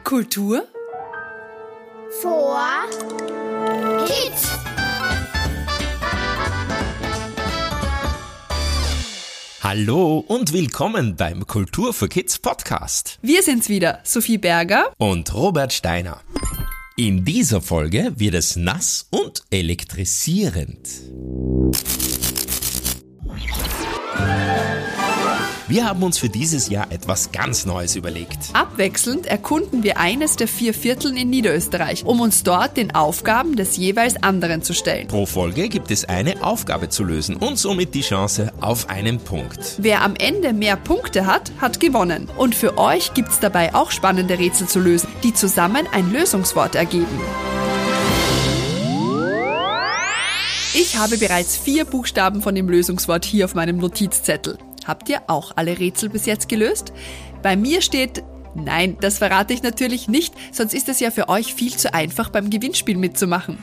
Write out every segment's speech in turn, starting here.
Kultur vor Kids. Hallo und willkommen beim Kultur für Kids Podcast. Wir sind's wieder, Sophie Berger Und Robert Steiner. In dieser Folge wird es nass und elektrisierend. Wir haben uns für dieses Jahr etwas ganz Neues überlegt. Abwechselnd erkunden wir eines der 4 Vierteln in Niederösterreich, um uns dort den Aufgaben des jeweils anderen zu stellen. Pro Folge gibt es eine Aufgabe zu lösen und somit die Chance auf einen Punkt. Wer am Ende mehr Punkte hat, hat gewonnen. Und für euch gibt's dabei auch spannende Rätsel zu lösen, die zusammen ein Lösungswort ergeben. Ich habe bereits 4 Buchstaben von dem Lösungswort hier auf meinem Notizzettel. Habt ihr auch alle Rätsel bis jetzt gelöst? Bei mir steht... Nein, das verrate ich natürlich nicht, sonst ist es ja für euch viel zu einfach, beim Gewinnspiel mitzumachen.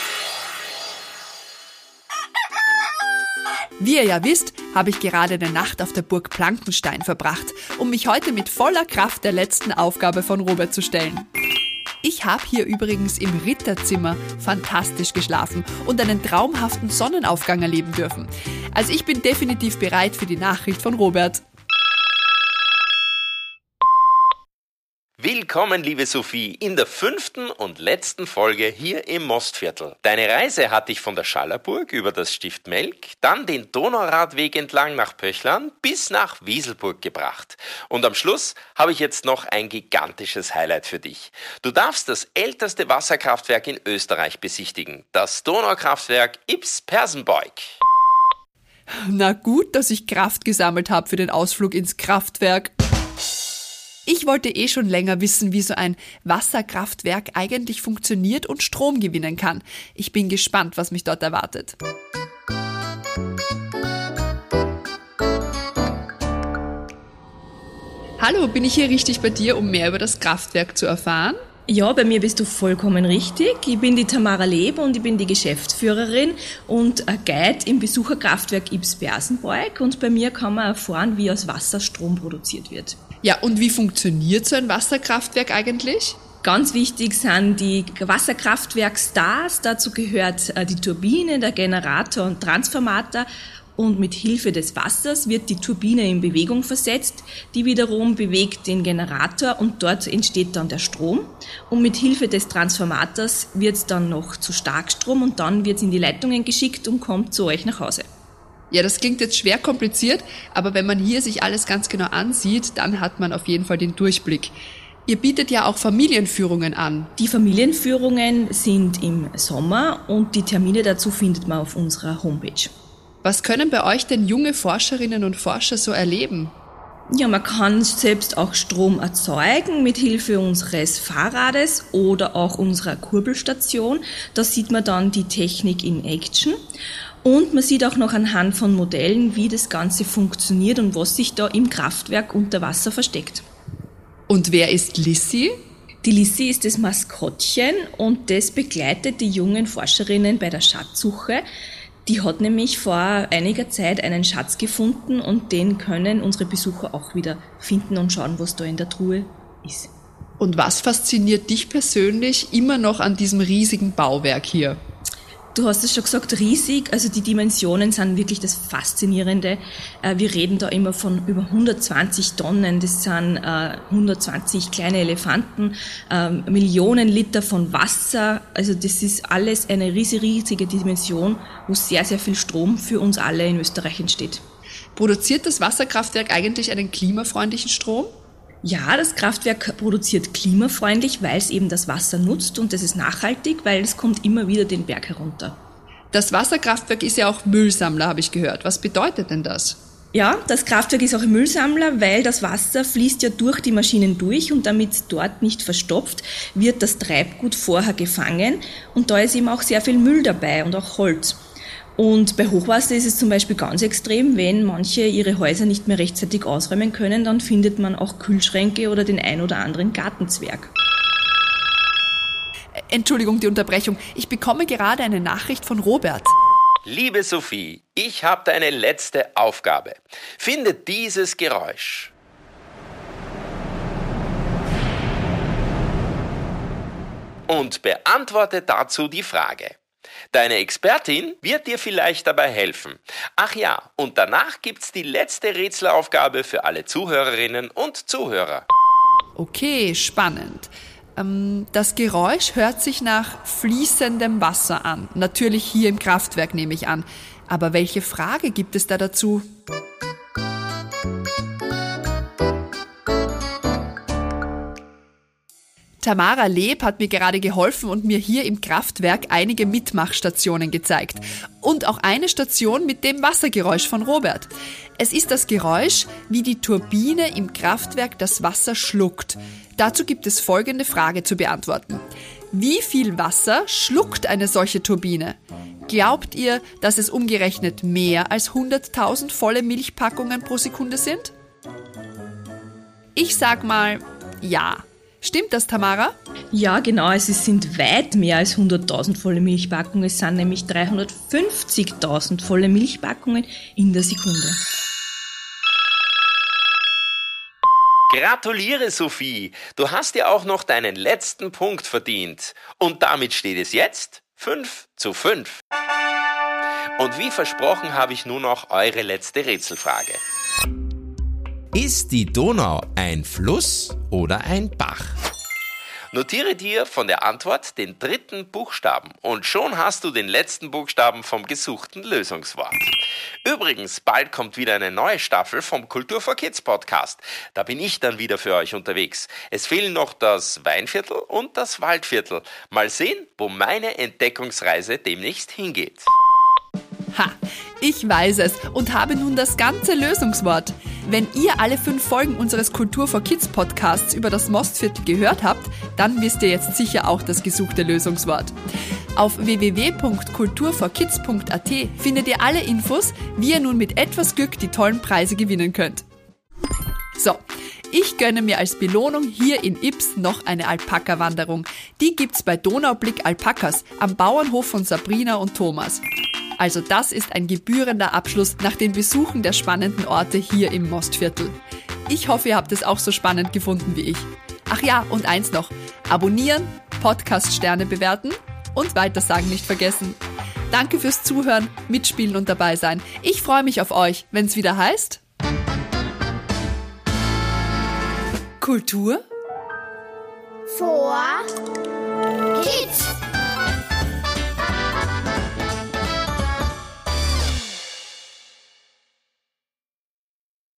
Wie ihr ja wisst, habe ich gerade eine Nacht auf der Burg Plankenstein verbracht, um mich heute mit voller Kraft der letzten Aufgabe von Robert zu stellen. Ich habe hier übrigens im Ritterzimmer fantastisch geschlafen und einen traumhaften Sonnenaufgang erleben dürfen. Also ich bin definitiv bereit für die Nachricht von Robert. Willkommen, liebe Sophie, in der 5. und letzten Folge hier im Mostviertel. Deine Reise hat dich von der Schallerburg über das Stift Melk, dann den Donauradweg entlang nach Pöchlern bis nach Wieselburg gebracht. Und am Schluss habe ich jetzt noch ein gigantisches Highlight für dich. Du darfst das älteste Wasserkraftwerk in Österreich besichtigen, das Donaukraftwerk Ybbs-Persenbeug. Na gut, dass ich Kraft gesammelt habe für den Ausflug ins Kraftwerk. Ich wollte schon länger wissen, wie so ein Wasserkraftwerk eigentlich funktioniert und Strom gewinnen kann. Ich bin gespannt, was mich dort erwartet. Hallo, bin ich hier richtig bei dir, um mehr über das Kraftwerk zu erfahren? Ja, bei mir bist du vollkommen richtig. Ich bin die Tamara Leb und ich bin die Geschäftsführerin und ein Guide im Besucherkraftwerk Ybbs-Persenbeug. Und bei mir kann man erfahren, wie aus Wasser Strom produziert wird. Ja, und wie funktioniert so ein Wasserkraftwerk eigentlich? Ganz wichtig sind die Wasserkraftwerk-Stars. Dazu gehört die Turbine, der Generator und Transformator. Und mit Hilfe des Wassers wird die Turbine in Bewegung versetzt, die wiederum bewegt den Generator und dort entsteht dann der Strom. Und mit Hilfe des Transformators wird es dann noch zu Starkstrom und dann wird es in die Leitungen geschickt und kommt zu euch nach Hause. Ja, das klingt jetzt schwer kompliziert, aber wenn man hier sich alles ganz genau ansieht, dann hat man auf jeden Fall den Durchblick. Ihr bietet ja auch Familienführungen an. Die Familienführungen sind im Sommer und die Termine dazu findet man auf unserer Homepage. Was können bei euch denn junge Forscherinnen und Forscher so erleben? Ja, man kann selbst auch Strom erzeugen mit Hilfe unseres Fahrrades oder auch unserer Kurbelstation. Da sieht man dann die Technik in Action. Und man sieht auch noch anhand von Modellen, wie das Ganze funktioniert und was sich da im Kraftwerk unter Wasser versteckt. Und wer ist Lissi? Die Lissi ist das Maskottchen und das begleitet die jungen Forscherinnen bei der Schatzsuche. Die hat nämlich vor einiger Zeit einen Schatz gefunden und den können unsere Besucher auch wieder finden und schauen, was da in der Truhe ist. Und was fasziniert dich persönlich immer noch an diesem riesigen Bauwerk hier? Du hast es schon gesagt, riesig, also die Dimensionen sind wirklich das Faszinierende. Wir reden da immer von über 120 Tonnen, das sind 120 kleine Elefanten, Millionen Liter von Wasser, also das ist alles eine riesige Dimension, wo sehr, sehr viel Strom für uns alle in Österreich entsteht. Produziert das Wasserkraftwerk eigentlich einen klimafreundlichen Strom? Ja, das Kraftwerk produziert klimafreundlich, weil es eben das Wasser nutzt und das ist nachhaltig, weil es kommt immer wieder den Berg herunter. Das Wasserkraftwerk ist ja auch Müllsammler, habe ich gehört. Was bedeutet denn das? Ja, das Kraftwerk ist auch ein Müllsammler, weil das Wasser fließt ja durch die Maschinen durch und damit es dort nicht verstopft, wird das Treibgut vorher gefangen und da ist eben auch sehr viel Müll dabei und auch Holz. Und bei Hochwasser ist es zum Beispiel ganz extrem, wenn manche ihre Häuser nicht mehr rechtzeitig ausräumen können, dann findet man auch Kühlschränke oder den ein oder anderen Gartenzwerg. Entschuldigung, die Unterbrechung. Ich bekomme gerade eine Nachricht von Robert. Liebe Sophie, ich habe deine letzte Aufgabe. Finde dieses Geräusch. und beantworte dazu die Frage. Deine Expertin wird dir vielleicht dabei helfen. Ach ja, und danach gibt's die letzte Rätselaufgabe für alle Zuhörerinnen und Zuhörer. Okay, spannend. Das Geräusch hört sich nach fließendem Wasser an. Natürlich hier im Kraftwerk, nehme ich an. Aber welche Frage gibt es da dazu? Tamara Leb hat mir gerade geholfen und mir hier im Kraftwerk einige Mitmachstationen gezeigt. Und auch eine Station mit dem Wassergeräusch von Robert. Es ist das Geräusch, wie die Turbine im Kraftwerk das Wasser schluckt. Dazu gibt es folgende Frage zu beantworten. Wie viel Wasser schluckt eine solche Turbine? Glaubt ihr, dass es umgerechnet mehr als 100.000 volle Milchpackungen pro Sekunde sind? Ich sag mal, ja. Stimmt das, Tamara? Ja, genau, es sind weit mehr als 100.000 volle Milchpackungen. Es sind nämlich 350.000 volle Milchpackungen in der Sekunde. Gratuliere, Sophie. Du hast dir auch noch deinen letzten Punkt verdient. Und damit steht es jetzt 5:5. Und wie versprochen habe ich nun noch eure letzte Rätselfrage. Ist die Donau ein Fluss oder ein Bach? Notiere dir von der Antwort den 3. Buchstaben und schon hast du den letzten Buchstaben vom gesuchten Lösungswort. Übrigens, bald kommt wieder eine neue Staffel vom Kultur for Kids Podcast. Da bin ich dann wieder für euch unterwegs. Es fehlen noch das Weinviertel und das Waldviertel. Mal sehen, wo meine Entdeckungsreise demnächst hingeht. Ha, ich weiß es und habe nun das ganze Lösungswort. Wenn ihr alle 5 Folgen unseres Kultur for Kids Podcasts über das Mostviertel gehört habt, dann wisst ihr jetzt sicher auch das gesuchte Lösungswort. Auf www.kulturforkids.at findet ihr alle Infos, wie ihr nun mit etwas Glück die tollen Preise gewinnen könnt. So, ich gönne mir als Belohnung hier in Ips noch eine Alpaka-Wanderung. Die gibt's bei Donaublick Alpakas am Bauernhof von Sabrina und Thomas. Also das ist ein gebührender Abschluss nach den Besuchen der spannenden Orte hier im Mostviertel. Ich hoffe, ihr habt es auch so spannend gefunden wie ich. Ach ja, und eins noch. Abonnieren, Podcast-Sterne bewerten und Weitersagen nicht vergessen. Danke fürs Zuhören, Mitspielen und dabei sein. Ich freue mich auf euch, wenn es wieder heißt... Kultur vor